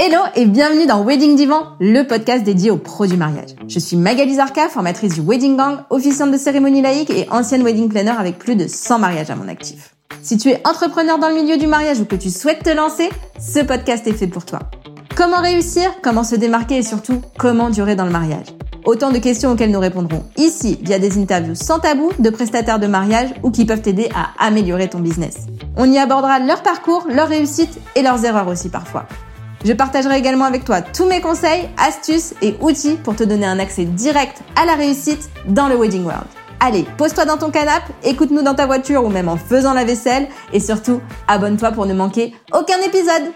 Hello et bienvenue dans Wedding Divan, le podcast dédié aux pros du mariage. Je suis Magali Zarka, formatrice du Wedding Gang, officiante de cérémonie laïque et ancienne wedding planner avec plus de 100 mariages à mon actif. Si tu es entrepreneur dans le milieu du mariage ou que tu souhaites te lancer, ce podcast est fait pour toi. Comment réussir, comment se démarquer et surtout, comment durer dans le mariage? Autant de questions auxquelles nous répondrons ici via des interviews sans tabou de prestataires de mariage ou qui peuvent t'aider à améliorer ton business. On y abordera leur parcours, leurs réussites et leurs erreurs aussi parfois. Je partagerai également avec toi tous mes conseils, astuces et outils pour te donner un accès direct à la réussite dans le Wedding World. Allez, pose-toi dans ton canapé, écoute-nous dans ta voiture ou même en faisant la vaisselle et surtout, abonne-toi pour ne manquer aucun épisode.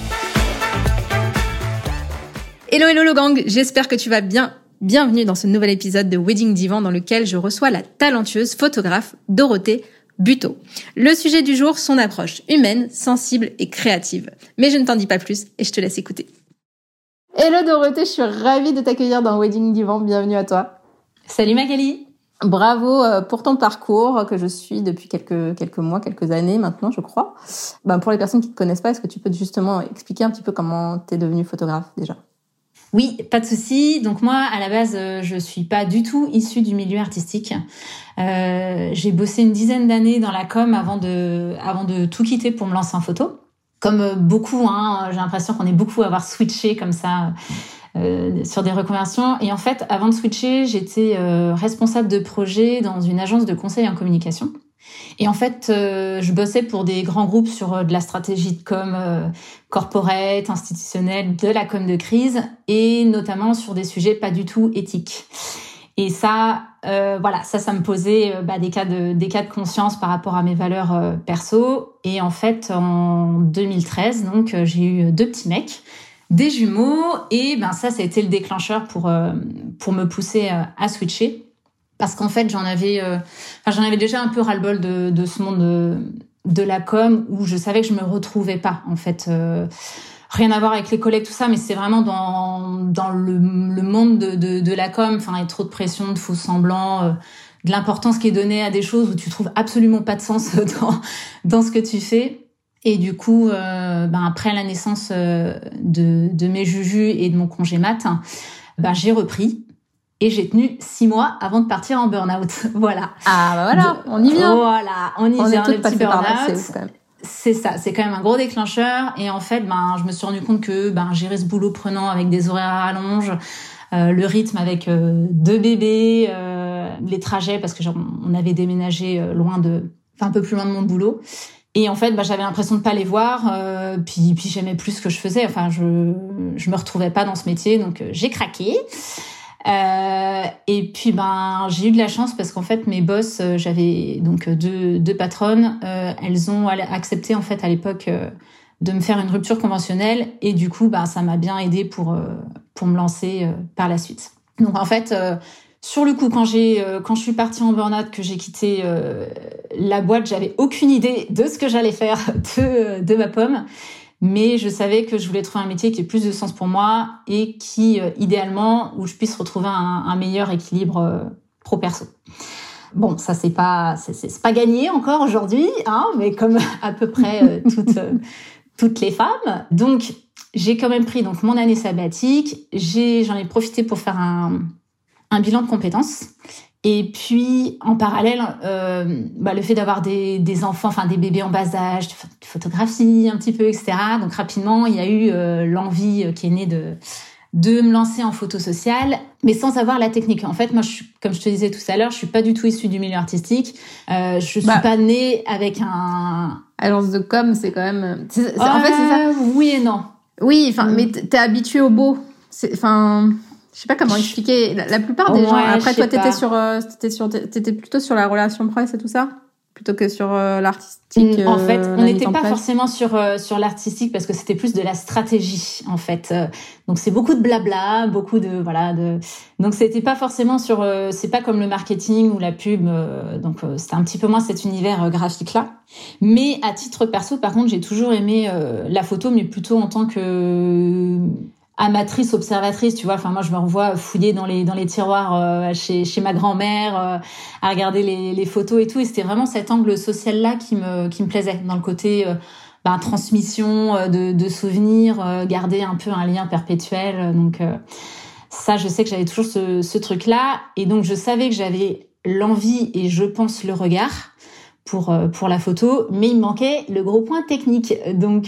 Hello le gang, j'espère que tu vas bien. Bienvenue dans ce nouvel épisode de Wedding Divan dans lequel je reçois la talentueuse photographe Dorothée Buteau. Le sujet du jour, son approche humaine, sensible et créative. Mais je ne t'en dis pas plus et je te laisse écouter. Hello Dorothée, je suis ravie de t'accueillir dans Wedding Divan. Bienvenue à toi. Salut Magali. Bravo pour ton parcours que je suis depuis quelques mois, quelques années maintenant, je crois. Pour les personnes qui ne te connaissent pas, est-ce que tu peux justement expliquer un petit peu comment tu es devenue photographe déjà ? Oui, pas de souci. Donc moi, à la base, je suis pas du tout issue du milieu artistique. J'ai bossé une dizaine d'années dans la com avant de tout quitter pour me lancer en photo. Comme beaucoup, j'ai l'impression qu'on est beaucoup à avoir switché comme ça sur des reconversions. Et en fait, avant de switcher, j'étais responsable de projet dans une agence de conseil en communication. Et en fait, je bossais pour des grands groupes sur de la stratégie de com corporate, institutionnelle, de la com de crise, et notamment sur des sujets pas du tout éthiques. Et ça me posait des cas de conscience par rapport à mes valeurs perso. Et en fait, en 2013, donc j'ai eu 2 petits mecs, des jumeaux, et ça a été le déclencheur pour me pousser à switcher. Parce qu'en fait, j'en avais déjà un peu ras-le-bol de ce monde de la com où je savais que je me retrouvais pas. En fait, rien à voir avec les collègues, tout ça, mais c'est vraiment dans le monde de la com. Enfin, il y a trop de pression, de faux semblants, de l'importance qui est donnée à des choses où tu trouves absolument pas de sens dans ce que tu fais. Et du coup, après la naissance de mes jujus et de mon congé mat, j'ai repris. Et j'ai tenu 6 mois avant de partir en burn-out. Voilà. On y vient. Voilà, on y vient, le petit burn-out. C'est ouf quand même. C'est ça, c'est quand même un gros déclencheur. Et en fait, je me suis rendu compte que gérer ce boulot prenant avec des horaires à rallonge, le rythme avec 2 bébés, les trajets, parce que on avait déménagé un peu plus loin de mon boulot. Et en fait, j'avais l'impression de pas les voir. Puis j'aimais plus ce que je faisais. Enfin, je me retrouvais pas dans ce métier, donc j'ai craqué. Et puis j'ai eu de la chance parce qu'en fait mes boss, j'avais donc deux patronnes, elles ont accepté en fait à l'époque de me faire une rupture conventionnelle et du coup ça m'a bien aidé pour me lancer par la suite. Donc en fait sur le coup quand je suis partie en burn-out, que j'ai quitté la boîte, j'avais aucune idée de ce que j'allais faire de ma pomme. Mais je savais que je voulais trouver un métier qui ait plus de sens pour moi et qui, idéalement, où je puisse retrouver un meilleur équilibre pro-perso. Bon, ça c'est pas gagné encore aujourd'hui, mais comme à peu près toutes les femmes. Donc, j'ai quand même pris mon année sabbatique. J'en ai profité pour faire un bilan de compétences. Et puis, en parallèle, le fait d'avoir des enfants, des bébés en bas âge, de photographie un petit peu, etc. Donc, rapidement, il y a eu l'envie qui est née de me lancer en photo sociale, mais sans avoir la technique. En fait, moi, comme je te disais tout à l'heure, je suis pas du tout issue du milieu artistique. Je suis pas née avec un... Agence de com, c'est quand même... En fait, c'est ça. Oui et non. Oui, mais t'es habituée au beau. Je sais pas comment expliquer. La plupart des gens. Après, toi, t'étais plutôt sur la relation presse et tout ça, plutôt que sur l'artistique. En fait, on n'était pas forcément sur l'artistique parce que c'était plus de la stratégie, en fait. Donc c'est beaucoup de blabla, beaucoup de. Donc c'était pas forcément sur. C'est pas comme le marketing ou la pub. Donc c'était un petit peu moins cet univers graphique-là. Mais à titre perso, par contre, j'ai toujours aimé la photo, mais plutôt en tant que amatrice, observatrice, tu vois. Enfin, moi, je me revois fouiller dans les tiroirs chez ma grand-mère, à regarder les photos et tout. Et c'était vraiment cet angle social-là qui me plaisait, dans le côté transmission de souvenirs, garder un peu un lien perpétuel. Donc ça, je sais que j'avais toujours ce truc-là. Et donc, je savais que j'avais l'envie et je pense le regard pour la photo, mais il me manquait le gros point technique. Donc,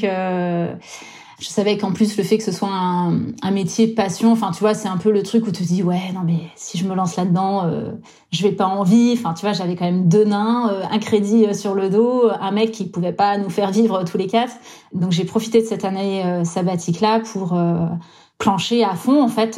je savais qu'en plus, le fait que ce soit un métier passion, enfin, tu vois, c'est un peu le truc où tu te dis, ouais, non, mais si je me lance là-dedans, je vais pas en vivre. Enfin, tu vois, j'avais quand même 2 nains, un crédit sur le dos, un mec qui pouvait pas nous faire vivre tous les 4. Donc, j'ai profité de cette année sabbatique-là pour plancher à fond, en fait,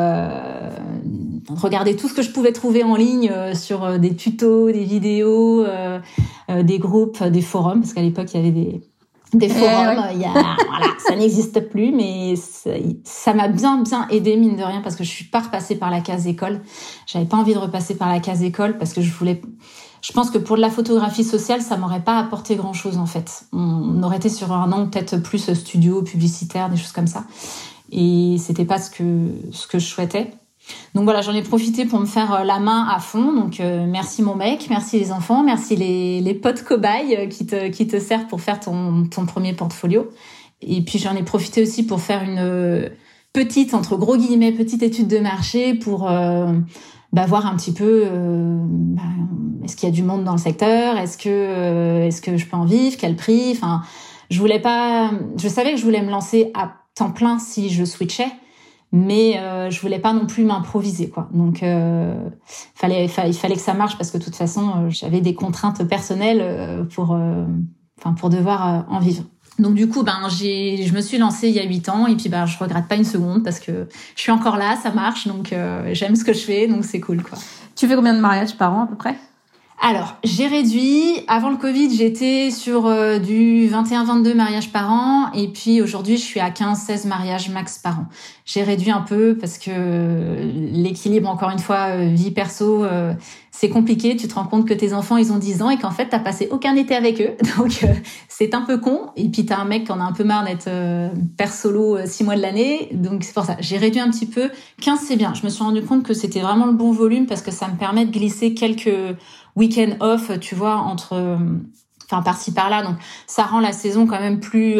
regarder tout ce que je pouvais trouver en ligne sur des tutos, des vidéos, des groupes, des forums, parce qu'à l'époque, il y avait des forums, voilà, ça n'existe plus, mais ça m'a bien aidé, mine de rien, parce que je suis pas repassée par la case école. J'avais pas envie de repasser par la case école parce que je pense que pour de la photographie sociale, ça m'aurait pas apporté grand chose, en fait. On aurait été sur un an peut-être plus studio, publicitaire, des choses comme ça. Et c'était pas ce que je souhaitais. Donc voilà, j'en ai profité pour me faire la main à fond. Donc merci mon mec, merci les enfants, merci les potes cobayes qui te servent pour faire ton premier portfolio. Et puis j'en ai profité aussi pour faire une petite, entre gros guillemets, petite étude de marché pour voir un petit peu est-ce qu'il y a du monde dans le secteur, est-ce que je peux en vivre, quel prix. Enfin, je savais que je voulais me lancer à temps plein si je switchais. Mais je voulais pas non plus m'improviser, quoi. Donc il fallait que ça marche parce que de toute façon j'avais des contraintes personnelles pour devoir en vivre. Donc du coup je me suis lancée il y a 8 ans et puis je regrette pas une seconde parce que je suis encore là, ça marche, donc j'aime ce que je fais, donc c'est cool, quoi. Tu fais combien de mariages par an à peu près ? Alors, j'ai réduit. Avant le Covid, j'étais sur du 21-22 mariages par an. Et puis aujourd'hui, je suis à 15-16 mariages max par an. J'ai réduit un peu parce que l'équilibre, encore une fois, vie perso, c'est compliqué. Tu te rends compte que tes enfants, ils ont 10 ans et qu'en fait, t'as passé aucun été avec eux. Donc, c'est un peu con. Et puis, t'as un mec qui en a un peu marre d'être père solo 6 mois de l'année. Donc, c'est pour ça. J'ai réduit un petit peu. 15, c'est bien. Je me suis rendu compte que c'était vraiment le bon volume parce que ça me permet de glisser quelques week-end off, tu vois, par-ci par-là. Donc, ça rend la saison quand même plus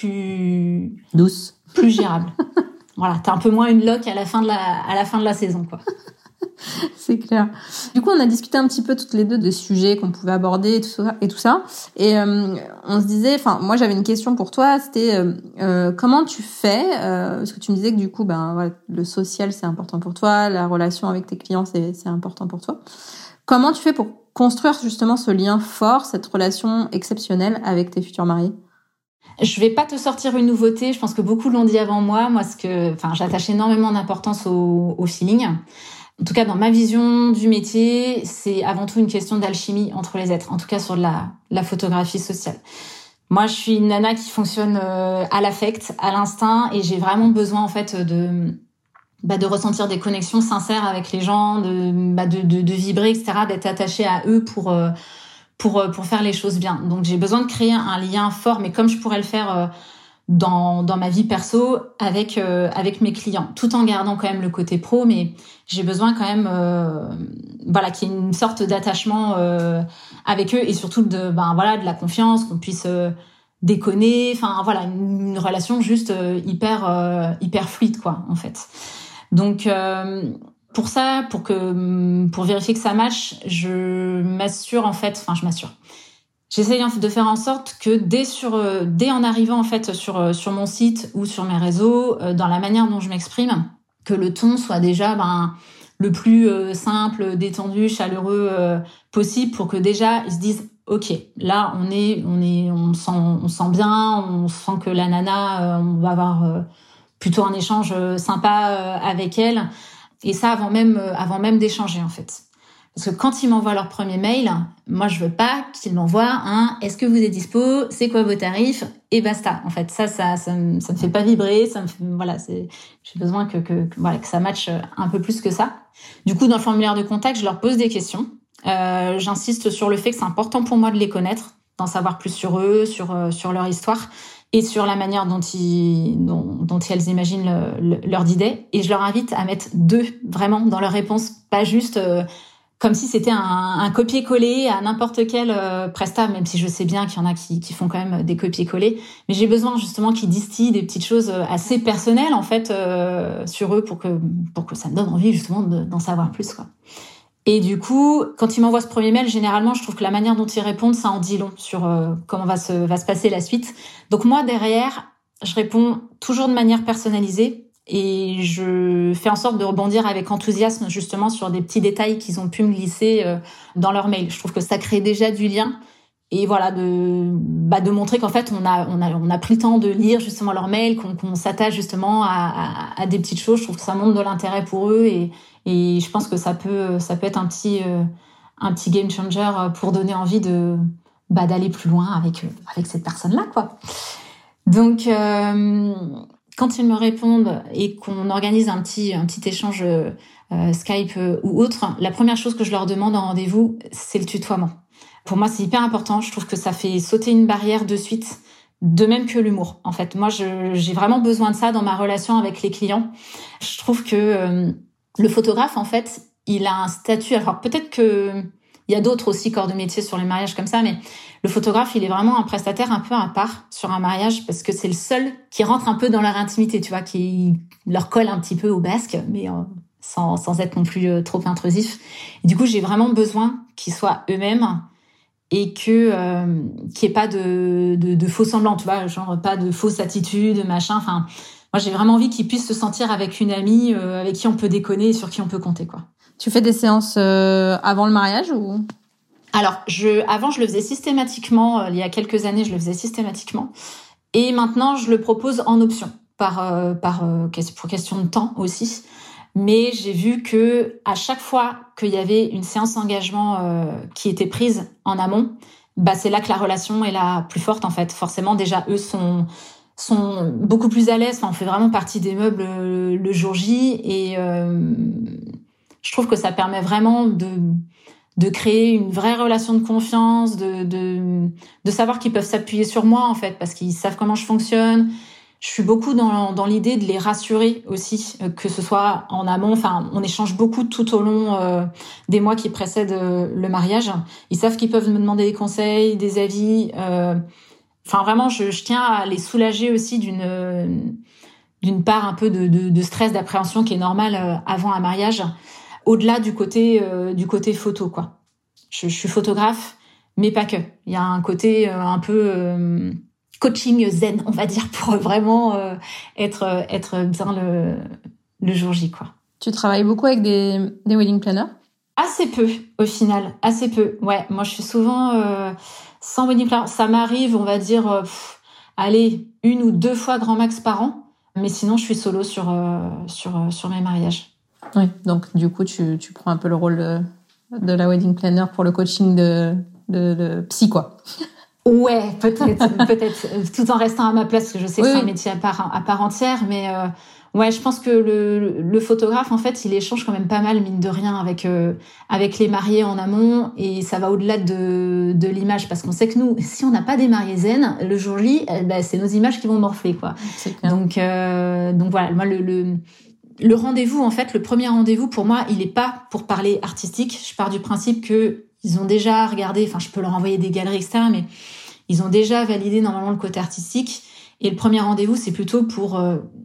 douce, plus gérable. Voilà, t'as un peu moins une loque à la fin de la saison, quoi. C'est clair. Du coup, on a discuté un petit peu toutes les deux de sujets qu'on pouvait aborder et tout ça. Et on se disait, moi j'avais une question pour toi, c'était comment tu fais parce que tu me disais que du coup, le social c'est important pour toi, la relation avec tes clients c'est important pour toi. Comment tu fais pour construire justement ce lien fort, cette relation exceptionnelle avec tes futurs mariés ? Je vais pas te sortir une nouveauté. Je pense que beaucoup l'ont dit avant moi. Moi, j'attache énormément d'importance au feeling. En tout cas, dans ma vision du métier, c'est avant tout une question d'alchimie entre les êtres. En tout cas, sur la photographie sociale. Moi, je suis une nana qui fonctionne à l'affect, à l'instinct, et j'ai vraiment besoin en fait de ressentir des connexions sincères avec les gens, de vibrer, etc., d'être attachée à eux pour faire les choses bien. Donc j'ai besoin de créer un lien fort, mais comme je pourrais le faire dans ma vie perso avec mes clients, tout en gardant quand même le côté pro, mais j'ai besoin quand même qu'il y ait une sorte d'attachement avec eux et surtout de la confiance, qu'on puisse déconner, une relation juste hyper fluide, quoi, en fait. Donc pour vérifier que ça matche, je m'assure. J'essaye de faire en sorte que dès en arrivant en fait sur mon site ou sur mes réseaux, dans la manière dont je m'exprime, que le ton soit déjà le plus simple, détendu, chaleureux possible, pour que déjà ils se disent ok, là on sent bien, on sent que la nana, on va avoir plutôt un échange sympa avec elle, et ça avant même d'échanger en fait. Parce que quand ils m'envoient leur premier mail, moi je veux pas qu'ils m'envoient un est-ce que vous êtes dispo, c'est quoi vos tarifs, et basta. En fait, ça me fait pas vibrer, j'ai besoin que ça matche un peu plus que ça. Du coup, dans le formulaire de contact, je leur pose des questions. J'insiste sur le fait que c'est important pour moi de les connaître, d'en savoir plus sur eux, sur leur histoire et sur la manière dont elles imaginent leur idée. Et je leur invite à mettre 2 vraiment dans leur réponse, pas juste comme si c'était un copier-coller à n'importe quel prestat, même si je sais bien qu'il y en a qui font quand même des copier-coller. Mais j'ai besoin justement qu'ils distillent des petites choses assez personnelles en fait sur eux pour que ça me donne envie justement d'en savoir plus, quoi. Et du coup, quand ils m'envoient ce premier mail, généralement, je trouve que la manière dont ils répondent, ça en dit long sur comment va se passer la suite. Donc moi, derrière, je réponds toujours de manière personnalisée. Et je fais en sorte de rebondir avec enthousiasme justement sur des petits détails qu'ils ont pu me glisser dans leur mail. Je trouve que ça crée déjà du lien et voilà de montrer qu'en fait on a pris le temps de lire justement leur mail, qu'on s'attache justement à des petites choses. Je trouve que ça montre de l'intérêt pour eux et je pense que ça peut être un petit game changer pour donner envie d'aller plus loin avec cette personne-là, quoi. Donc quand ils me répondent et qu'on organise un petit échange Skype ou autre, la première chose que je leur demande en rendez-vous, c'est le tutoiement. Pour moi, c'est hyper important. Je trouve que ça fait sauter une barrière de suite, de même que l'humour. En fait, moi, j'ai vraiment besoin de ça dans ma relation avec les clients. Je trouve que le photographe, en fait, il a un statut. Alors peut-être que il y a d'autres aussi corps de métier sur les mariages comme ça, mais le photographe, il est vraiment un prestataire un peu à part sur un mariage parce que c'est le seul qui rentre un peu dans leur intimité, tu vois, qui leur colle un petit peu au basque, mais sans être non plus trop intrusif. Et du coup, j'ai vraiment besoin qu'ils soient eux-mêmes et qu'il n'y ait pas de faux semblants, tu vois, genre pas de fausses attitudes, machin. Enfin, moi, j'ai vraiment envie qu'ils puissent se sentir avec une amie avec qui on peut déconner et sur qui on peut compter, quoi. Tu fais des séances avant le mariage ou? Alors, avant, je le faisais systématiquement. Il y a quelques années, je le faisais systématiquement. Et maintenant, je le propose en option, pour question de temps aussi. Mais j'ai vu que à chaque fois qu'il y avait une séance d'engagement qui était prise en amont, c'est là que la relation est la plus forte, en fait. Forcément, déjà, eux sont beaucoup plus à l'aise. Enfin, on fait vraiment partie des meubles le jour J. Et je trouve que ça permet vraiment de créer une vraie relation de confiance, de savoir qu'ils peuvent s'appuyer sur moi, en fait, parce qu'ils savent comment je fonctionne. Je suis beaucoup dans l'idée de les rassurer aussi, que ce soit en amont. Enfin, on échange beaucoup tout au long des mois qui précèdent le mariage. Ils savent qu'ils peuvent me demander des conseils, des avis. Enfin, vraiment, je tiens à les soulager aussi d'une part un peu de stress, d'appréhension qui est normal avant un mariage. Au-delà du côté photo, quoi. Je suis photographe, mais pas que. Il y a un côté un peu coaching zen, on va dire, pour vraiment être bien le jour J, quoi. Tu travailles beaucoup avec des wedding planners? Assez peu, au final. Assez peu. Ouais, moi, je suis souvent sans wedding planner. Ça m'arrive, on va dire, allez, 1 ou 2 fois grand max par an. Mais sinon, je suis solo sur mes mariages. Oui, donc du coup, tu prends un peu le rôle de la wedding planner pour le coaching de psy, quoi. Ouais, peut-être, tout en restant à ma place, parce que je sais que c'est un métier à part entière, mais ouais, je pense que le photographe, en fait, il échange quand même pas mal, mine de rien, avec les mariés en amont, et ça va au-delà de l'image, parce qu'on sait que nous, si on n'a pas des mariés zen, le jour J, c'est nos images qui vont morfler, quoi. Donc voilà, moi, le rendez-vous, en fait, le premier rendez-vous, pour moi, il est pas pour parler artistique. Je pars du principe que ils ont déjà regardé, enfin, je peux leur envoyer des galeries, etc., mais ils ont déjà validé normalement le côté artistique. Et le premier rendez-vous, c'est plutôt pour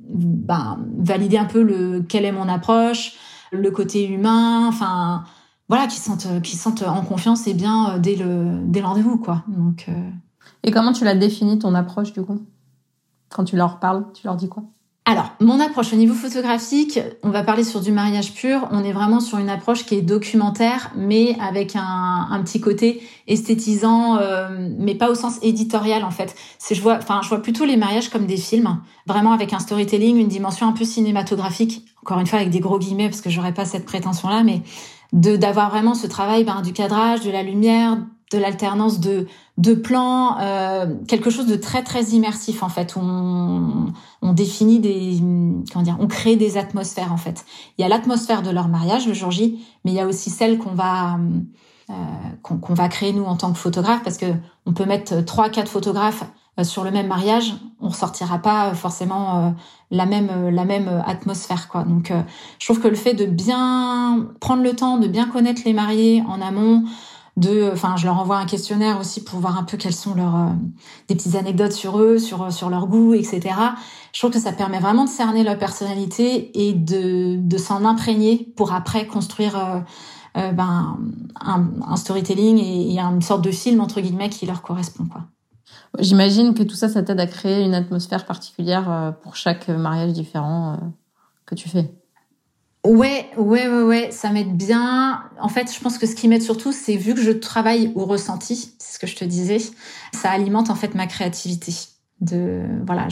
valider un peu quelle est mon approche, le côté humain, enfin, voilà, qu'ils sentent en confiance et bien dès le rendez-vous, quoi. Donc. Et comment tu l'as défini, ton approche, du coup? Quand tu leur parles, tu leur dis quoi? Alors, mon approche au niveau photographique, on va parler sur du mariage pur. On est vraiment sur une approche qui est documentaire, mais avec un petit côté esthétisant, mais pas au sens éditorial, en fait. Je vois plutôt les mariages comme des films, vraiment avec un storytelling, une dimension un peu cinématographique. Encore une fois, avec des gros guillemets, parce que j'aurais pas cette prétention-là, mais d'avoir vraiment ce travail du cadrage, de la lumière, de l'alternance de plans, quelque chose de très très immersif, en fait. On définit on crée des atmosphères, en fait. Il y a l'atmosphère de leur mariage le jour J, mais il y a aussi celle qu'on va créer nous en tant que photographe, parce que on peut mettre 3-4 photographes sur le même mariage, on ressortira pas forcément la même atmosphère, quoi. Donc, je trouve que le fait de bien prendre le temps de bien connaître les mariés en amont, je leur envoie un questionnaire aussi pour voir un peu quelles sont des petites anecdotes sur eux, sur leur goût, etc. Je trouve que ça permet vraiment de cerner leur personnalité et de s'en imprégner pour après construire un storytelling et une sorte de film entre guillemets qui leur correspond, quoi. J'imagine que tout ça t'aide à créer une atmosphère particulière pour chaque mariage différent que tu fais. Ouais, ça m'aide bien. En fait, je pense que ce qui m'aide surtout, c'est vu que je travaille au ressenti, c'est ce que je te disais, ça alimente en fait ma créativité. De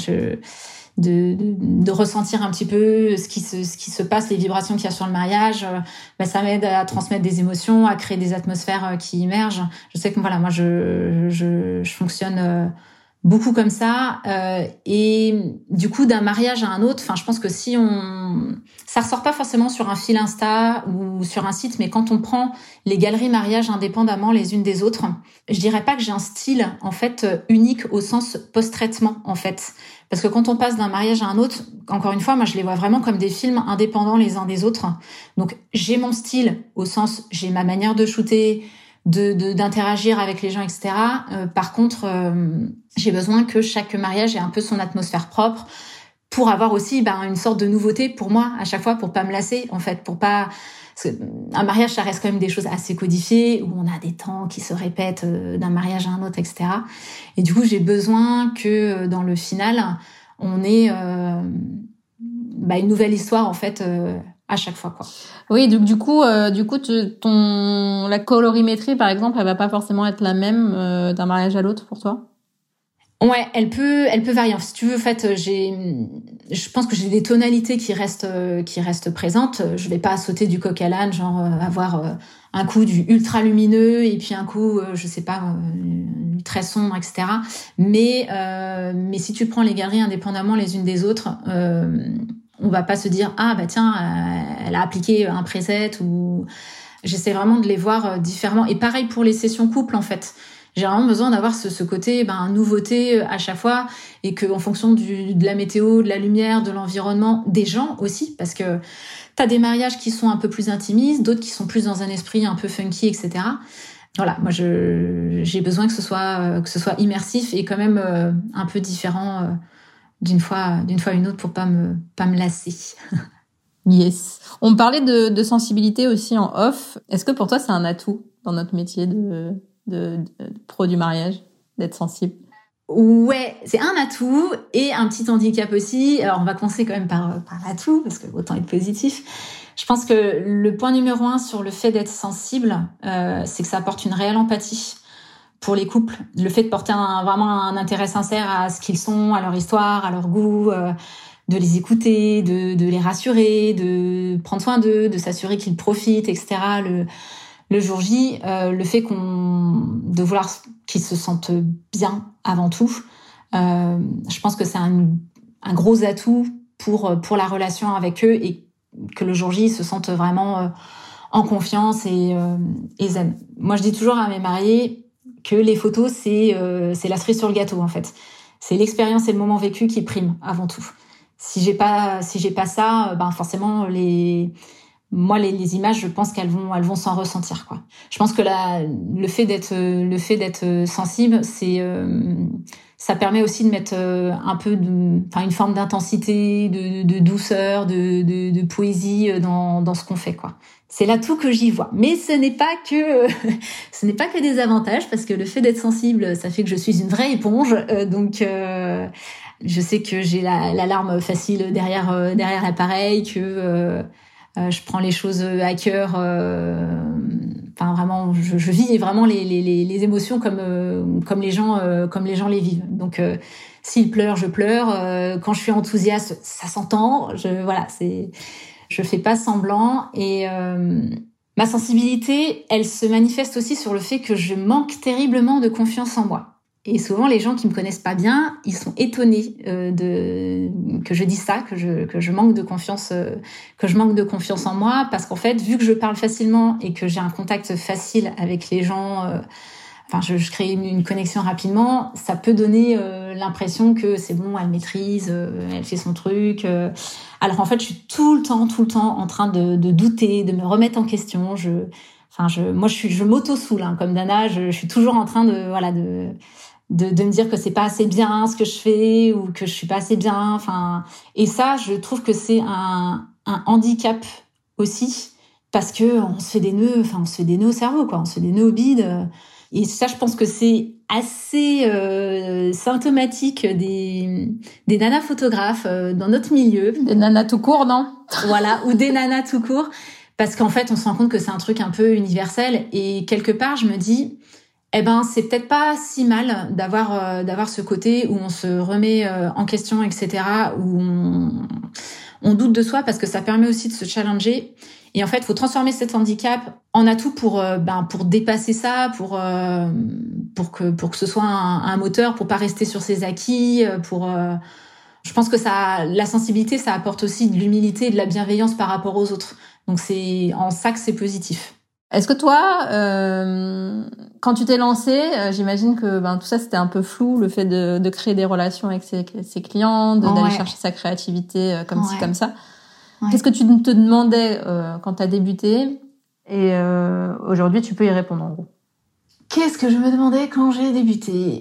ressentir un petit peu ce qui se passe, les vibrations qu'il y a sur le mariage. Ça m'aide à transmettre des émotions, à créer des atmosphères qui immergent. Je sais que voilà, moi je fonctionne beaucoup comme ça, et du coup d'un mariage à un autre, je pense que ça ressort pas forcément sur un fil Insta ou sur un site, mais quand on prend les galeries mariage indépendamment les unes des autres, je dirais pas que j'ai un style en fait unique au sens post-traitement en fait, parce que quand on passe d'un mariage à un autre, encore une fois, moi je les vois vraiment comme des films indépendants les uns des autres. Donc j'ai mon style au sens, j'ai ma manière de shooter, d'interagir avec les gens, etc. Par contre, j'ai besoin que chaque mariage ait un peu son atmosphère propre pour avoir aussi une sorte de nouveauté pour moi à chaque fois, pour pas me lasser en fait, pour pas... Parce que un mariage, ça reste quand même des choses assez codifiées où on a des temps qui se répètent d'un mariage à un autre, etc. Et du coup, j'ai besoin que dans le final, on ait une nouvelle histoire en fait. À chaque fois, quoi. Oui, donc du coup, la colorimétrie, par exemple, elle va pas forcément être la même d'un mariage à l'autre pour toi? Ouais, elle peut varier. Si tu veux, en fait, je pense que j'ai des tonalités qui restent présentes. Je vais pas sauter du coq à l'âne, genre avoir un coup du ultra lumineux et puis un coup, je sais pas, très sombre, etc. Mais si tu prends les galeries indépendamment les unes des autres, on va pas se dire tiens, elle a appliqué un preset, ou j'essaie vraiment de les voir différemment. Et pareil pour les sessions couple en fait. J'ai vraiment besoin d'avoir ce côté nouveauté à chaque fois, et que en fonction de la météo, de la lumière, de l'environnement, des gens aussi, parce que t'as des mariages qui sont un peu plus intimistes, d'autres qui sont plus dans un esprit un peu funky, etc. Voilà, moi j'ai besoin que ce soit immersif et quand même un peu différent d'une fois à une autre pour pas me lasser. Yes. On parlait de sensibilité aussi en off. Est-ce que pour toi c'est un atout dans notre métier de pro du mariage d'être sensible? Ouais, c'est un atout et un petit handicap aussi. Alors on va commencer quand même par l'atout parce que autant être positif. Je pense que le point numéro 1 sur le fait d'être sensible, c'est que ça apporte une réelle empathie pour les couples. Le fait de porter vraiment un intérêt sincère à ce qu'ils sont, à leur histoire, à leur goût, de les écouter, de les rassurer, de prendre soin d'eux, de s'assurer qu'ils profitent, etc. Le jour J, le fait de vouloir qu'ils se sentent bien avant tout, je pense que c'est un gros atout pour la relation avec eux, et que le jour J, ils se sentent vraiment en confiance et zen. Moi, je dis toujours à mes mariés que les photos, c'est la cerise sur le gâteau, en fait. C'est l'expérience et le moment vécu qui priment avant tout. Si j'ai pas ça, forcément les images, je pense qu'elles vont s'en ressentir, quoi. Je pense que le fait d'être sensible, ça permet aussi de mettre un peu une forme d'intensité, de douceur, de poésie dans ce qu'on fait, quoi. C'est l'atout que j'y vois. Mais ce n'est pas que des avantages, parce que le fait d'être sensible, ça fait que je suis une vraie éponge. Donc je sais que j'ai la larme facile derrière l'appareil, que je prends les choses à cœur. Vraiment, je vis vraiment les émotions comme les gens les vivent. Donc s'ils pleurent, je pleure. Quand je suis enthousiaste, ça s'entend. Je fais pas semblant, et ma sensibilité, elle se manifeste aussi sur le fait que je manque terriblement de confiance en moi. Et souvent, les gens qui me connaissent pas bien, ils sont étonnés que je dise ça, que je manque de confiance en moi, parce qu'en fait, vu que je parle facilement et que j'ai un contact facile avec les gens, je crée une connexion rapidement, ça peut donner l'impression que c'est bon, elle maîtrise, elle fait son truc. Alors en fait, je suis tout le temps en train de douter, de me remettre en question. Moi, je m'auto-soule, hein, comme Dana. Je suis toujours en train de me dire que c'est pas assez bien ce que je fais ou que je suis pas assez bien. Enfin, et ça, je trouve que c'est un handicap aussi parce que on se fait des nœuds au cerveau, quoi. On se fait des nœuds au bide. Et ça, je pense que c'est assez symptomatique des nanas photographes dans notre milieu. Des nanas tout court, non? Voilà, ou des nanas tout court. Parce qu'en fait, on se rend compte que c'est un truc un peu universel. Et quelque part, je me dis, c'est peut-être pas si mal d'avoir ce côté où on se remet en question, etc., où on doute de soi parce que ça permet aussi de se challenger. Et en fait, il faut transformer cet handicap en atout pour dépasser ça, pour que ce soit un moteur, pour pas rester sur ses acquis, je pense que la sensibilité, ça apporte aussi de l'humilité et de la bienveillance par rapport aux autres. Donc c'est en ça que c'est positif. Est-ce que toi, quand tu t'es lancée, j'imagine que tout ça c'était un peu flou, le fait de créer des relations avec ses clients, d'aller chercher sa créativité comme ci comme ça. Ouais. Qu'est-ce que tu te demandais quand tu as débuté et aujourd'hui tu peux y répondre en gros? Qu'est-ce que je me demandais quand j'ai débuté?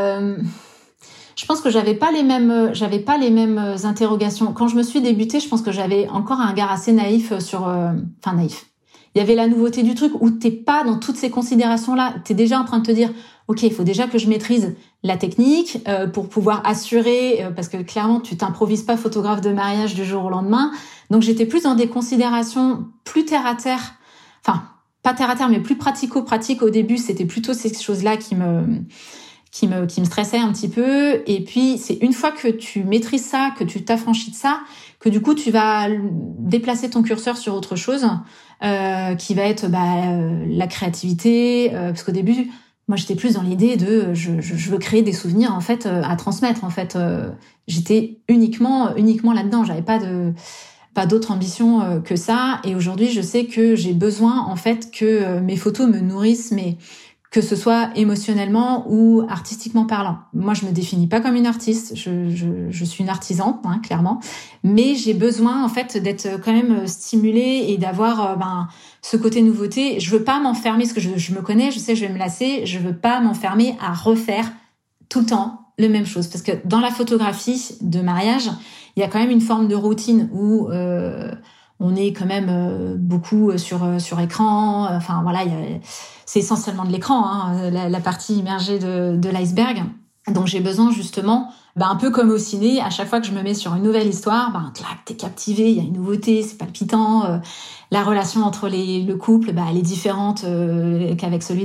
Je pense que j'avais pas les mêmes interrogations. Quand je me suis débutée, je pense que j'avais encore un regard assez naïf naïf. Il y avait la nouveauté du truc où t'es pas dans toutes ces considérations-là. T'es déjà en train de te dire, ok, il faut déjà que je maîtrise la technique pour pouvoir assurer, parce que clairement, tu t'improvises pas photographe de mariage du jour au lendemain. Donc, j'étais plus dans des considérations plus terre à terre. Enfin, pas terre à terre, mais plus pratico-pratique. Au début, c'était plutôt ces choses-là qui me stressait un petit peu. Et puis, c'est une fois que tu maîtrises ça, que tu t'affranchis de ça, que du coup, tu vas déplacer ton curseur sur autre chose, qui va être la créativité. Parce qu'au début, moi, j'étais plus dans l'idée de je veux créer des souvenirs en fait à transmettre. En fait, j'étais uniquement là-dedans. J'avais pas d'autre ambition que ça. Et aujourd'hui, je sais que j'ai besoin en fait que mes photos me nourrissent, mais que ce soit émotionnellement ou artistiquement parlant. Moi, je me définis pas comme une artiste, je suis une artisane, hein, clairement, mais j'ai besoin en fait d'être quand même stimulée et d'avoir ce côté nouveauté. Je veux pas m'enfermer, parce que je me connais, je sais que je vais me lasser, je veux pas m'enfermer à refaire tout le temps la même chose, parce que dans la photographie de mariage, il y a quand même une forme de routine où on est quand même beaucoup sur écran. Enfin voilà, c'est essentiellement de l'écran, hein, la partie immergée de l'iceberg. Donc j'ai besoin justement, un peu comme au ciné, à chaque fois que je me mets sur une nouvelle histoire, t'es captivé, il y a une nouveauté, c'est palpitant. La relation entre le couple, elle est différente qu'avec celui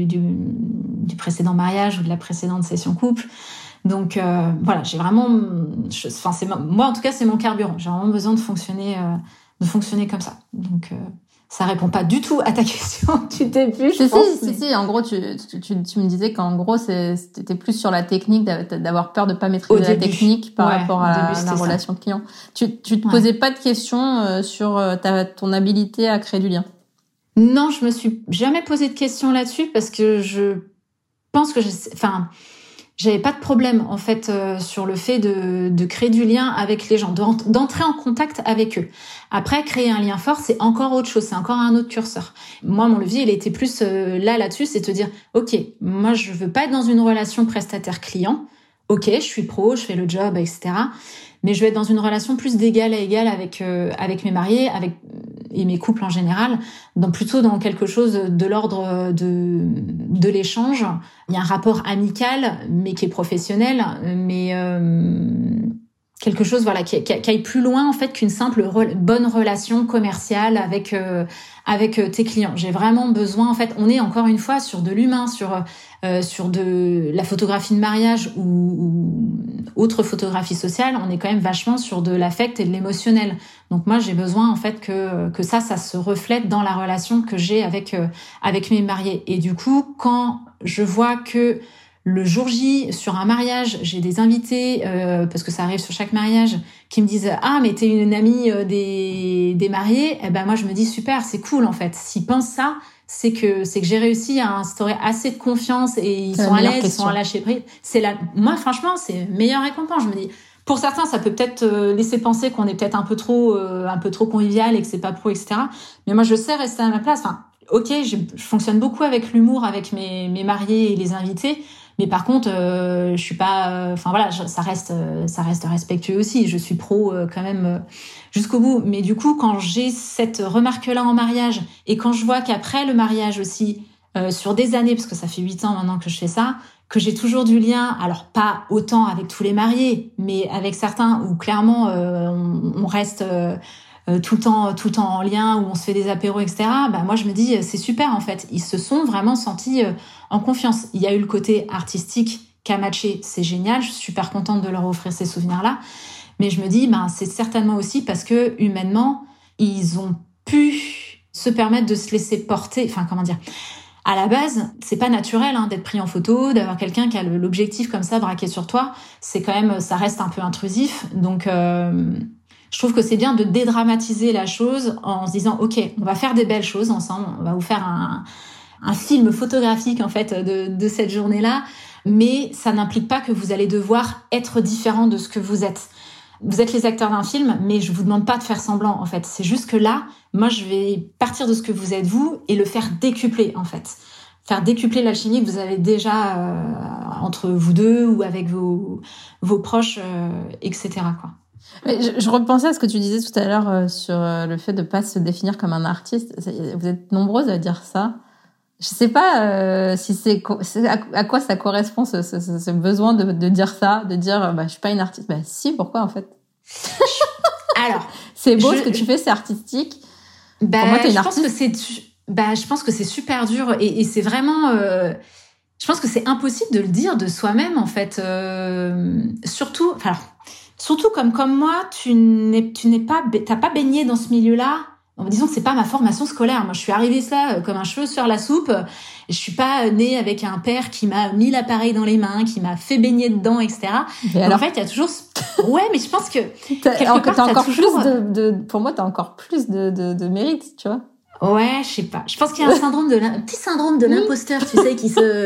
du précédent mariage ou de la précédente session couple. Donc voilà, j'ai vraiment, moi en tout cas c'est mon carburant. J'ai vraiment besoin de fonctionner comme ça. Donc ça répond pas du tout à ta question. Tu t'es plus. Si. En gros, tu me disais qu'en gros c'était plus sur la technique, d'avoir peur de pas maîtriser la technique par rapport à la relation client. Tu te posais pas de questions sur ton habilité à créer du lien? Non, je me suis jamais posé de questions là-dessus parce que je pense que j'avais pas de problème en fait sur le fait de créer du lien avec les gens, d'entrer en contact avec eux. Après, créer un lien fort, c'est encore autre chose, c'est encore un autre curseur. Moi, mon levier, il était plus là-dessus, c'est te dire, ok, moi je veux pas être dans une relation prestataire-client. Ok, je suis pro, je fais le job, etc. Mais je veux être dans une relation plus d'égal à égal avec mes mariés, et mes couples en général, plutôt dans quelque chose de l'ordre de l'échange. Il y a un rapport amical, mais qui est professionnel, mais quelque chose qui aille plus loin en fait qu'une simple bonne relation commerciale avec tes clients. J'ai vraiment besoin, en fait, on est encore une fois sur de l'humain, sur de la photographie de mariage ou autre photographie sociale, on est quand même vachement sur de l'affect et de l'émotionnel. Donc moi, j'ai besoin en fait que ça se reflète dans la relation que j'ai avec mes mariés. Et du coup, quand je vois que le jour J, sur un mariage, j'ai des invités, parce que ça arrive sur chaque mariage, qui me disent « Ah, mais t'es une amie des mariés », moi je me dis « Super, c'est cool en fait. » S'ils pensent ça, c'est que j'ai réussi à instaurer assez de confiance et ils sont à l'aise, ils sont à lâcher prise. Moi, franchement, c'est meilleure récompense. Je me dis, pour certains, ça peut peut-être laisser penser qu'on est peut-être un peu trop convivial et que c'est pas pro, etc. Mais moi, je sais rester à ma place. Enfin, ok, je fonctionne beaucoup avec l'humour, avec mes mariés et les invités. Mais par contre, je suis pas. Ça reste respectueux aussi. Je suis pro quand même jusqu'au bout. Mais du coup, quand j'ai cette remarque-là en mariage et quand je vois qu'après le mariage aussi, sur des années, parce que ça fait 8 ans maintenant que je fais ça, que j'ai toujours du lien. Alors pas autant avec tous les mariés, mais avec certains où clairement on reste tout le temps en lien, où on se fait des apéros, etc. Bah moi je me dis c'est super en fait. Ils se sont vraiment sentis en confiance. Il y a eu le côté artistique qui a matché, c'est génial. Je suis super contente de leur offrir ces souvenirs-là. Mais je me dis c'est certainement aussi parce que humainement ils ont pu se permettre de se laisser porter. Enfin comment dire. À la base, c'est pas naturel d'être pris en photo, d'avoir quelqu'un qui a l'objectif comme ça braqué sur toi. C'est quand même, ça reste un peu intrusif. Donc, je trouve que c'est bien de dédramatiser la chose en se disant, ok, on va faire des belles choses ensemble. On va vous faire un film photographique en fait de cette journée-là, mais ça n'implique pas que vous allez devoir être différent de ce que vous êtes. Vous êtes les acteurs d'un film, mais je vous demande pas de faire semblant, en fait. C'est juste que là, moi, je vais partir de ce que vous êtes vous et le faire décupler, en fait. Faire décupler l'alchimie que vous avez déjà entre vous deux ou avec vos proches, etc., quoi. Mais je repensais à ce que tu disais tout à l'heure sur le fait de pas se définir comme un artiste. Vous êtes nombreuses à dire ça. Je sais pas si à quoi ça correspond ce besoin de dire ça, de dire je suis pas une artiste. Bah si, pourquoi en fait? Alors, c'est beau ce que tu fais, c'est artistique. Pour moi, t'es une artiste. Je pense que c'est super dur et c'est vraiment. Je pense que c'est impossible de le dire de soi-même en fait. Surtout comme moi, t'as pas baigné dans ce milieu-là. Disons que c'est pas ma formation scolaire. Moi, je suis arrivée là comme un cheveu sur la soupe. Je suis pas née avec un père qui m'a mis l'appareil dans les mains, qui m'a fait baigner dedans, etc. En fait, il y a toujours. Ouais, mais je pense que t'as encore toujours... plus pour moi, t'as encore plus de mérite, tu vois. Ouais, je sais pas. Je pense qu'il y a un petit syndrome de l'imposteur, tu sais,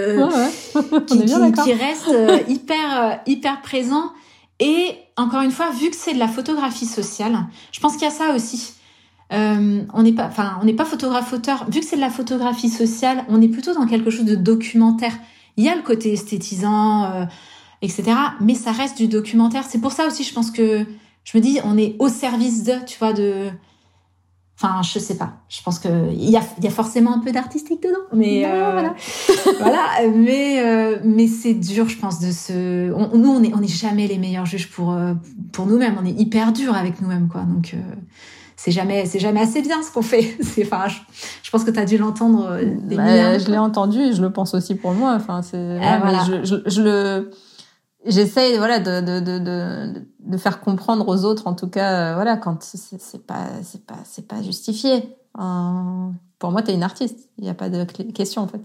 qui reste hyper présent. Et encore une fois, vu que c'est de la photographie sociale, je pense qu'il y a ça aussi. On n'est pas photographe-auteur. Vu que c'est de la photographie sociale, on est plutôt dans quelque chose de documentaire. Il y a le côté esthétisant, etc. Mais ça reste du documentaire. C'est pour ça aussi, je pense que je me dis, on est au service tu vois, Enfin, je sais pas. Je pense que il y a forcément un peu d'artistique dedans, mais voilà. Mais c'est dur, je pense, nous, on est jamais les meilleurs juges pour nous-mêmes. On est hyper dur avec nous-mêmes, quoi. Donc c'est jamais assez bien ce qu'on fait. Je pense que t'as dû l'entendre. Je l'ai entendu et je le pense aussi pour moi. Enfin, mais j'essaye, de faire comprendre aux autres, en tout cas, quand c'est pas justifié. Pour moi, t'es une artiste. Il y a pas de question, en fait.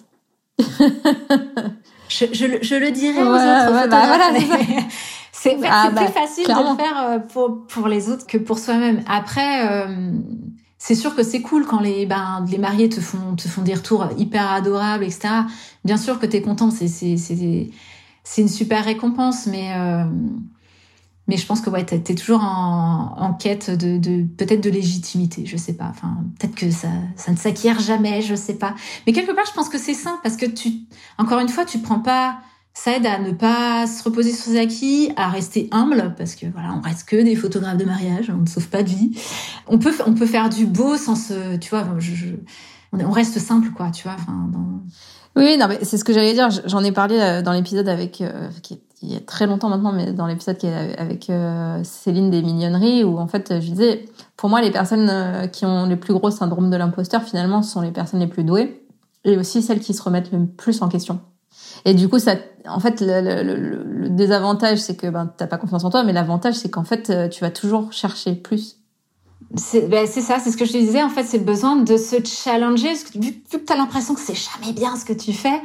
je le dirais aux autres. C'est plus facile clairement. De le faire pour les autres que pour soi-même. Après, c'est sûr que c'est cool quand les mariés te font des retours hyper adorables, etc. Bien sûr que t'es content, c'est une super récompense, mais je pense que t'es toujours en quête de peut-être de légitimité, je sais pas. Enfin, peut-être que ça ne s'acquiert jamais, je sais pas. Mais quelque part, je pense que c'est sain parce que encore une fois, tu prends pas. Ça aide à ne pas se reposer sur ses acquis, à rester humble parce que on reste que des photographes de mariage, on ne sauve pas de vie. On peut faire du beau sans tu vois. On reste simple, quoi, tu vois. Oui, non, mais c'est ce que j'allais dire. J'en ai parlé dans l'épisode avec il y a très longtemps maintenant, mais dans l'épisode qui est avec Céline des Mignonneries, où en fait je disais, pour moi, les personnes qui ont les plus gros syndromes de l'imposteur, finalement, sont les personnes les plus douées et aussi celles qui se remettent le plus en question. Et du coup, ça, en fait, le désavantage, c'est que t'as pas confiance en toi, mais l'avantage, c'est qu'en fait, tu vas toujours chercher plus. C'est ça, c'est ce que je te disais. En fait, c'est le besoin de se challenger. Parce que, vu que t'as l'impression que c'est jamais bien ce que tu fais,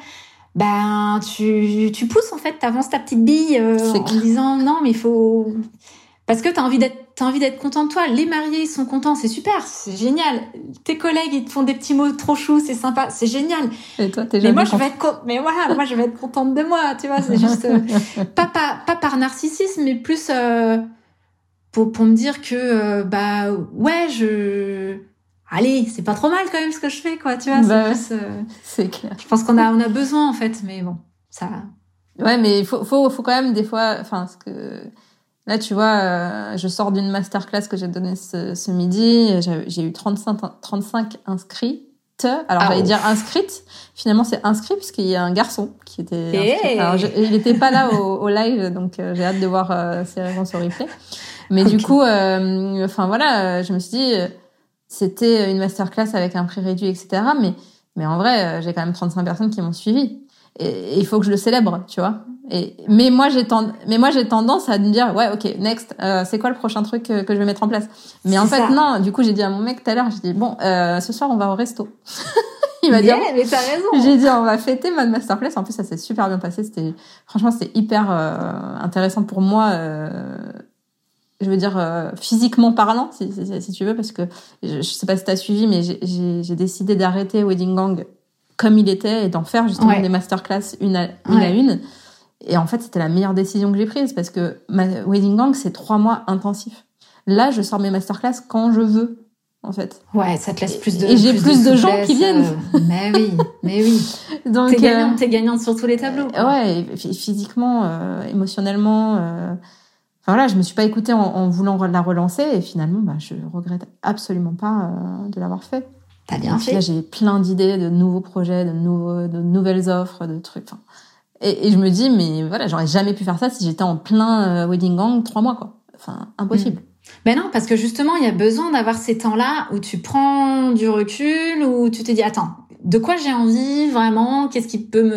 tu pousses, en fait, t'avances ta petite bille en disant non, mais il faut Parce que t'as envie d'être content de toi. Les mariés, ils sont contents, c'est super, c'est génial. Tes collègues, ils te font des petits mots trop choux, c'est sympa, c'est génial. Et toi, t'es jamais je vais être contente de moi, tu vois, c'est juste, pas par narcissisme, mais plus, pour me dire que, allez, c'est pas trop mal quand même ce que je fais, quoi, tu vois, c'est clair. Je pense qu'on a besoin, en fait, mais bon, ça. Ouais, mais il faut quand même des fois, parce que, là, tu vois, je sors d'une masterclass que j'ai donnée ce midi. J'ai eu 35 inscrits. Alors, j'allais dire inscrites. Finalement, c'est inscrit puisqu'il y a un garçon qui était inscrit. Alors, il était pas là au live, donc j'ai hâte de voir ses réponses au replay. Mais du coup, je me suis dit, c'était une masterclass avec un prix réduit, etc. Mais en vrai, j'ai quand même 35 personnes qui m'ont suivi. Et il faut que je le célèbre, tu vois. Mais moi j'ai tendance à me dire ouais, OK, next, c'est quoi le prochain truc que je vais mettre en place. Mais en fait non, du coup j'ai dit à mon mec tout à l'heure, j'ai dit bon, ce soir on va au resto. Il m'a dit mais t'as raison. J'ai dit on va fêter ma masterclass. En plus ça s'est super bien passé, c'était hyper intéressant pour moi, je veux dire physiquement parlant si tu veux, parce que je sais pas si t'as suivi, mais j'ai décidé d'arrêter Wedding Gang comme il était et d'en faire justement des masterclass une à une. Et en fait, c'était la meilleure décision que j'ai prise parce que ma Wedding Gang, c'est 3 mois intensifs. Là, je sors mes masterclass quand je veux, en fait. Ouais, ça te laisse plus de... Et j'ai plus de gens qui viennent. Mais oui. Donc, t'es gagnante sur tous les tableaux. Ouais, physiquement, émotionnellement... Enfin voilà, je me suis pas écoutée en voulant la relancer et finalement, je regrette absolument pas de l'avoir fait. T'as bien fait. Là, j'ai plein d'idées, de nouveaux projets, de nouvelles offres, de trucs. Enfin, et je me dis, mais voilà, j'aurais jamais pu faire ça si j'étais en plein Wedding Gang 3 mois, quoi. Enfin, impossible. Ben non, parce que justement, il y a besoin d'avoir ces temps-là où tu prends du recul, où tu te dis, attends, de quoi j'ai envie vraiment, qu'est-ce qui peut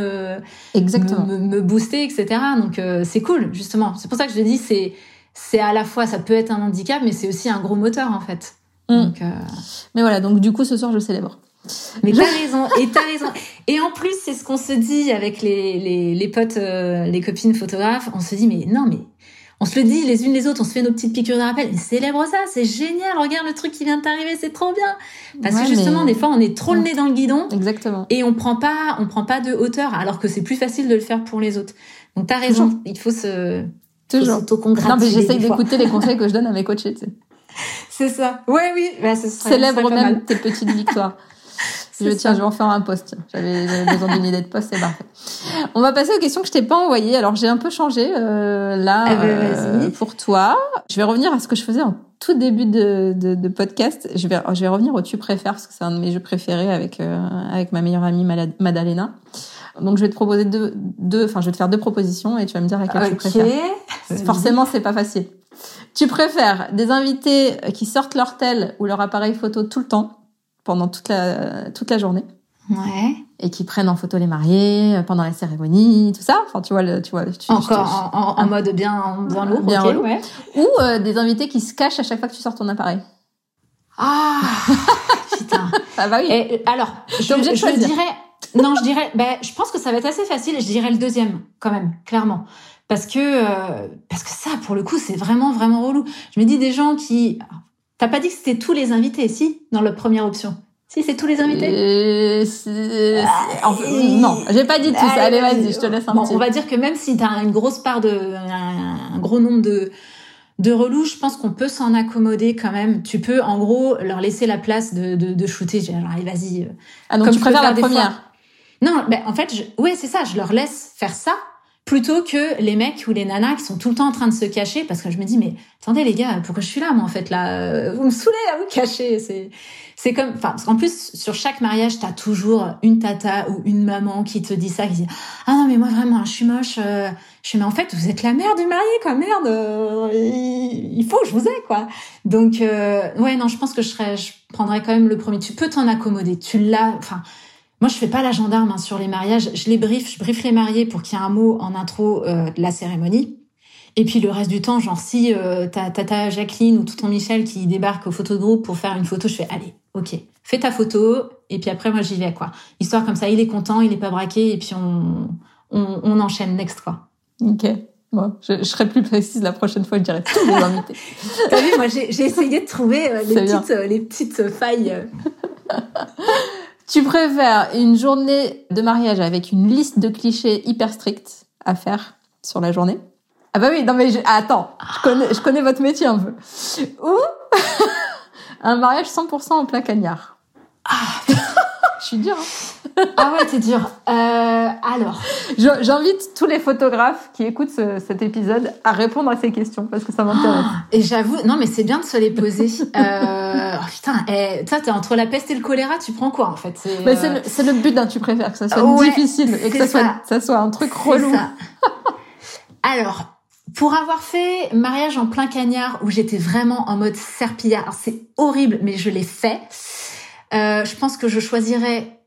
me booster, etc. Donc, c'est cool, justement. C'est pour ça que je dis, c'est à la fois, ça peut être un handicap, mais c'est aussi un gros moteur, en fait. Donc, mais voilà, donc du coup, ce soir, je célèbre. Mais t'as raison. Et en plus, c'est ce qu'on se dit avec les potes, les copines photographes. On se dit, mais on se le dit les unes les autres, on se fait nos petites piqûres de rappel. Mais célèbre ça, c'est génial. Regarde le truc qui vient de t'arriver, c'est trop bien. Parce que justement, des fois, on est trop le nez dans le guidon. Exactement. Et on prend pas de hauteur, alors que c'est plus facile de le faire pour les autres. Donc t'as raison. Toujours. Il faut s'auto-congratuler. Non, mais j'essaye d'écouter les conseils que je donne à mes coachés, tu sais. C'est ça. Ouais, oui. Célèbre même tes petites victoires. Je vais en faire un post. J'avais besoin d'une idée de post, c'est parfait. On va passer aux questions que je t'ai pas envoyées. Alors, j'ai un peu changé, pour toi. Je vais revenir à ce que je faisais en tout début de podcast. Je vais revenir au tu préfères, parce que c'est un de mes jeux préférés avec ma meilleure amie, Madalena. Donc, je vais te proposer je vais te faire 2 propositions et tu vas me dire laquelle tu préfères. Forcément, c'est pas facile. Tu préfères des invités qui sortent leur tel ou leur appareil photo tout le temps, pendant toute la journée. Ouais. Et qui prennent en photo les mariés pendant la cérémonie, tout ça. Enfin, tu vois. En mode bien lourd. Bien okay, relou. Ouais. Ou des invités qui se cachent à chaque fois que tu sors ton appareil. Ah, putain. Ah bah oui. Et alors, je pense que ça va être assez facile. Je dirais le deuxième, quand même, clairement. Parce que ça, pour le coup, c'est vraiment, vraiment relou. Je me dis des gens qui... T'as pas dit que c'était tous les invités, si, dans la première option? Si, c'est tous les invités? Non, j'ai pas dit tous. Allez, vas-y, je te laisse un petit. On va dire que même si t'as une grosse part un gros nombre de relous, je pense qu'on peut s'en accommoder quand même. Tu peux, en gros, leur laisser la place de shooter. Genre, allez, vas-y. Ah, donc tu préfères la première? Non, en fait, c'est ça, je leur laisse faire ça. Plutôt que les mecs ou les nanas qui sont tout le temps en train de se cacher, parce que je me dis, mais attendez les gars, pourquoi je suis là, moi, en fait, là, vous me saoulez à vous cacher. C'est comme, parce qu'en plus, sur chaque mariage, t'as toujours une tata ou une maman qui te dit ça, qui dit, ah non, mais moi, vraiment, je suis moche, mais en fait, vous êtes la mère du marié, quoi, merde, il faut que je vous ai, quoi. Donc, non, je pense que je prendrais quand même le premier. Tu peux t'en accommoder, moi, je fais pas la gendarme sur les mariages. Je briefe les mariés pour qu'il y ait un mot en intro de la cérémonie. Et puis le reste du temps, genre si t'as tata Jacqueline ou tonton Michel qui débarque aux photos de groupe pour faire une photo, je fais allez, ok, fais ta photo et puis après moi j'y vais quoi. Histoire comme ça, il est content, il est pas braqué et puis on enchaîne next quoi. Ok. Bon, je serai plus précise la prochaine fois, je dirai tous les invités. T'as vu, moi, j'ai essayé de trouver les petites failles. Tu préfères une journée de mariage avec une liste de clichés hyper stricte à faire sur la journée? Ah bah oui, non mais attends, je connais votre métier un peu. Ou un mariage 100% en plein cagnard. Je suis dure, hein. Ah ouais, t'es dur. Alors. J'invite tous les photographes qui écoutent cet épisode à répondre à ces questions parce que ça m'intéresse. Et j'avoue, non mais c'est bien de se les poser. Putain, toi t'es entre la peste et le choléra, tu prends quoi en fait? C'est le but d'un tu préfères, que ça soit difficile et que ça soit un truc relou. Ça. Alors, pour avoir fait mariage en plein cagnard où j'étais vraiment en mode serpillière, alors c'est horrible mais je l'ai fait. Je pense que je choisirais...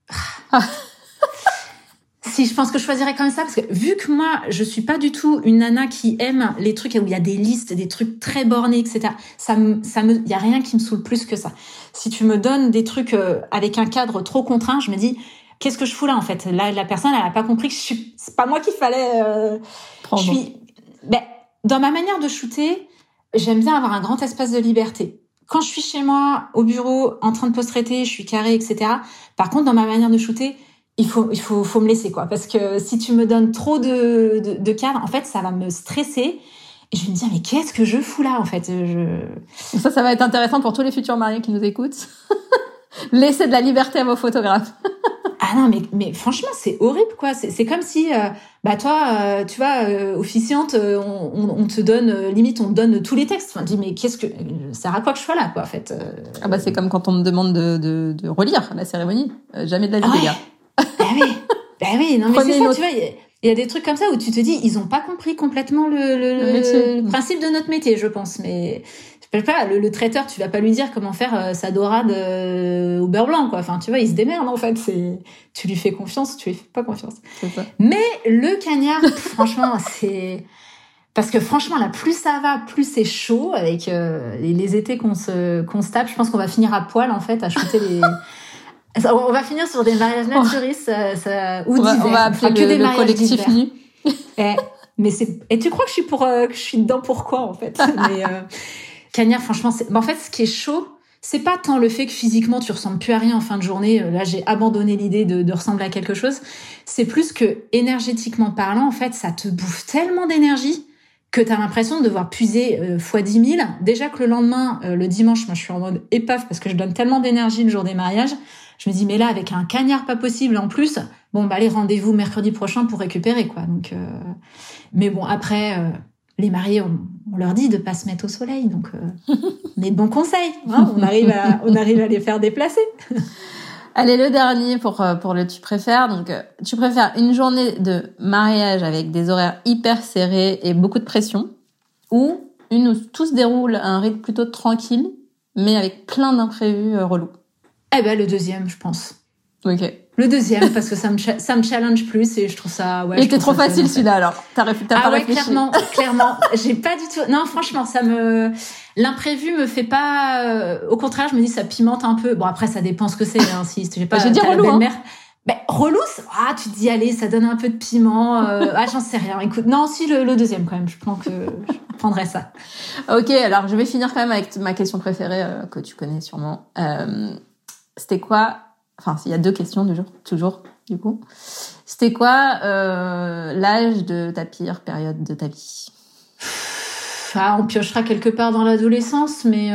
Si, je pense que je choisirais comme ça parce que vu que moi, je suis pas du tout une nana qui aime les trucs où il y a des listes, des trucs très bornés, etc. Il y a rien qui me saoule plus que ça. Si tu me donnes des trucs avec un cadre trop contraint, je me dis qu'est-ce que je fous là en fait? Là, la personne, elle a pas compris que c'est pas moi qu'il fallait. Prendre. Dans ma manière de shooter, j'aime bien avoir un grand espace de liberté. Quand je suis chez moi, au bureau, en train de post-traiter, je suis carrée, etc. Par contre, dans ma manière de shooter, il faut me laisser, quoi. Parce que si tu me donnes trop de cadres, en fait, ça va me stresser. Et je vais me dire, mais qu'est-ce que je fous là, en fait? Ça va être intéressant pour tous les futurs mariés qui nous écoutent. Laissez de la liberté à vos photographes. Ah non, mais franchement, c'est horrible, quoi. C'est comme si, toi, tu vois, officiante, on te donne, limite, on te donne tous les textes. Enfin, dis, mais qu'est-ce que, ça sert à quoi que je sois là, quoi, en fait? Ah bah, c'est comme quand on me demande de relire la cérémonie. Jamais de la vie, les gars. Bah oui, non, mais c'est ça, tu vois, il y a des trucs comme ça où tu te dis, ils ont pas compris complètement le principe de notre métier, je pense, mais, je sais pas, le traiteur, tu vas pas lui dire comment faire sa dorade au beurre blanc, quoi. Enfin, tu vois, il se démerde, en fait. Tu lui fais confiance, tu lui fais pas confiance. C'est ça. Mais le cagnard, franchement, c'est... Parce que franchement, là, plus ça va, plus c'est chaud avec les étés qu'on se tape. Je pense qu'on va finir à poil, en fait, à shooter les... On va finir sur des mariages naturistes ou d'hiver. On va appeler le collectif nu. Et tu crois que je suis dedans pour quoi, en fait? Mais... Cagnard, franchement, en fait, ce qui est chaud, c'est pas tant le fait que physiquement tu ressembles plus à rien en fin de journée. Là, j'ai abandonné l'idée de ressembler à quelque chose. C'est plus que énergétiquement parlant, en fait, ça te bouffe tellement d'énergie que t'as l'impression de devoir puiser fois 10 000. Déjà que le lendemain, le dimanche, moi, je suis en mode épave parce que je donne tellement d'énergie le jour des mariages. Je me dis, mais là, avec un cagnard pas possible en plus, bon, bah, allez, rendez-vous mercredi prochain pour récupérer, quoi. Donc, mais bon, après, les mariés, on leur dit de pas se mettre au soleil, donc on est de bons conseils. Hein, on arrive à les faire déplacer. Allez, le dernier pour le tu préfères. Donc, tu préfères une journée de mariage avec des horaires hyper serrés et beaucoup de pression, ou une où tout se déroule à un rythme plutôt tranquille, mais avec plein d'imprévus relous? Eh ben, le deuxième, je pense. Ok. Le deuxième, parce que ça me challenge plus et je trouve ça... Ouais, il était trop facile celui-là, alors. T'as pas réfléchi. Clairement. J'ai pas du tout... Non, franchement, l'imprévu me fait pas... Au contraire, je me dis, ça pimente un peu. Bon, après, ça dépend ce que c'est. Hein, si j'ai pas... J'ai dit relou, hein. Relou, tu te dis, allez, ça donne un peu de piment. J'en sais rien. Écoute, non, si, le deuxième, quand même. Je prendrais ça. Ok, alors je vais finir quand même avec ma question préférée, que tu connais sûrement. C'était quoi... Enfin, il y a deux questions toujours, du coup. C'était quoi l'âge de ta pire période de ta vie? On piochera quelque part dans l'adolescence, mais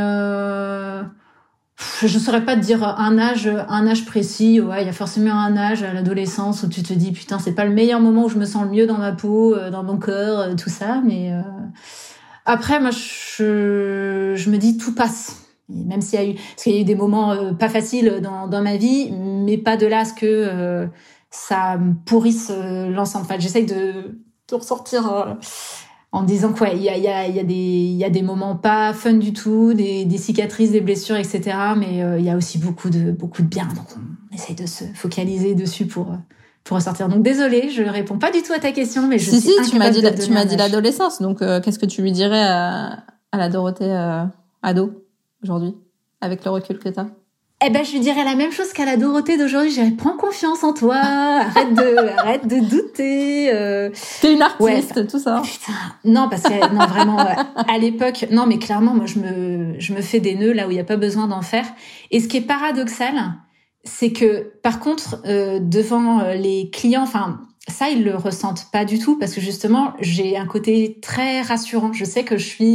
je saurais pas te dire un âge précis. Ouais, il y a forcément un âge à l'adolescence où tu te dis putain, c'est pas le meilleur moment où je me sens le mieux dans ma peau, dans mon corps, tout ça. Mais après, moi, je me dis tout passe. Même s'il y a eu, parce qu'il y a eu des moments pas faciles dans ma vie, mais pas de là à ce que ça me pourrisse l'ensemble. Enfin, j'essaye de ressortir en disant quoi, il y a des moments pas fun du tout, des cicatrices, des blessures, etc. Mais il y a aussi beaucoup de bien. Donc on essaye de se focaliser dessus pour ressortir. Donc désolée, je réponds pas du tout à ta question, mais je suis incapable de donner un âge. Tu m'as dit l'adolescence. Donc qu'est-ce que tu lui dirais à la Dorothée ado aujourd'hui, avec le recul que t'as? je lui dirais la même chose qu'à la Dorothée d'aujourd'hui. Je dirais, prends confiance en toi, arrête de douter. T'es une artiste, tout ça. Putain, non, parce que non, vraiment, à l'époque, non, mais clairement, moi, je me fais des nœuds là où il y a pas besoin d'en faire. Et ce qui est paradoxal, c'est que, par contre, devant les clients, enfin, ça, ils le ressentent pas du tout, parce que justement, j'ai un côté très rassurant. Je sais que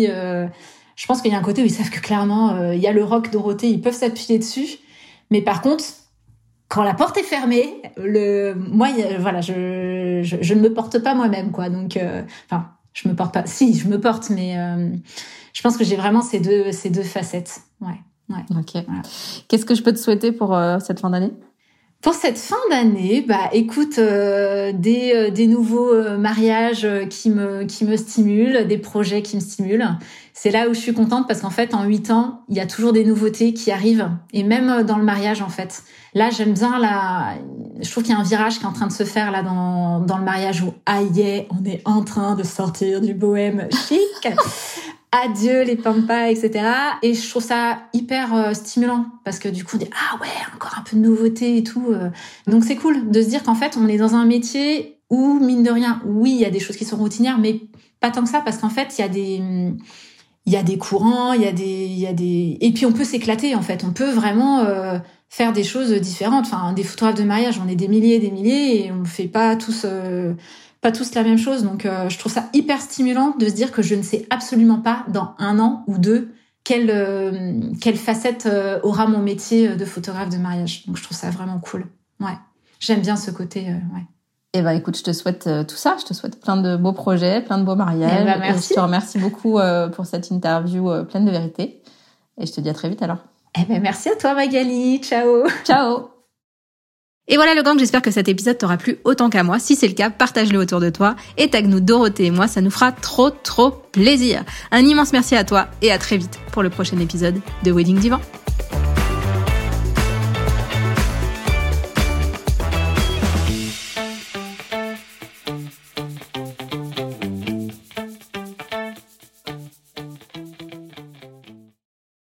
je pense qu'il y a un côté où ils savent que clairement, il y a le rock Dorothée, ils peuvent s'appuyer dessus. Mais par contre, quand la porte est fermée, moi, voilà, je ne me porte pas moi-même, quoi. Donc, je me porte pas. Si, je me porte, mais je pense que j'ai vraiment ces deux facettes. Ouais. Ok. Voilà. Qu'est-ce que je peux te souhaiter pour cette fin d'année ? Pour cette fin d'année, écoute, des nouveaux mariages qui me stimulent, des projets qui me stimulent. C'est là où je suis contente parce qu'en fait, en 8 ans, il y a toujours des nouveautés qui arrivent. Et même dans le mariage, en fait. Là, j'aime bien je trouve qu'il y a un virage qui est en train de se faire là dans le mariage où, on est en train de sortir du bohème chic. Adieu les pampas, etc. Et je trouve ça hyper stimulant parce que du coup, on dit encore un peu de nouveauté et tout. Donc c'est cool de se dire qu'en fait, on est dans un métier où, mine de rien, oui, il y a des choses qui sont routinières, mais pas tant que ça parce qu'en fait, il y a des courants, il y a des et puis on peut s'éclater en fait. On peut vraiment faire des choses différentes. Enfin, des photographes de mariage, on est des milliers et on fait pas tous la même chose. Donc, je trouve ça hyper stimulant de se dire que je ne sais absolument pas dans 1 an ou 2 quelle facette aura mon métier de photographe de mariage. Donc, je trouve ça vraiment cool. Ouais. J'aime bien ce côté, ouais. Eh ben, écoute, je te souhaite tout ça. Je te souhaite plein de beaux projets, plein de beaux mariages. Merci. Et je te remercie beaucoup pour cette interview pleine de vérité. Et je te dis à très vite alors. Merci à toi, Magali. Ciao. Ciao. Et voilà le gang, j'espère que cet épisode t'aura plu autant qu'à moi. Si c'est le cas, partage-le autour de toi et tag-nous Dorothée et moi, ça nous fera trop plaisir. Un immense merci à toi et à très vite pour le prochain épisode de Wedding Divan.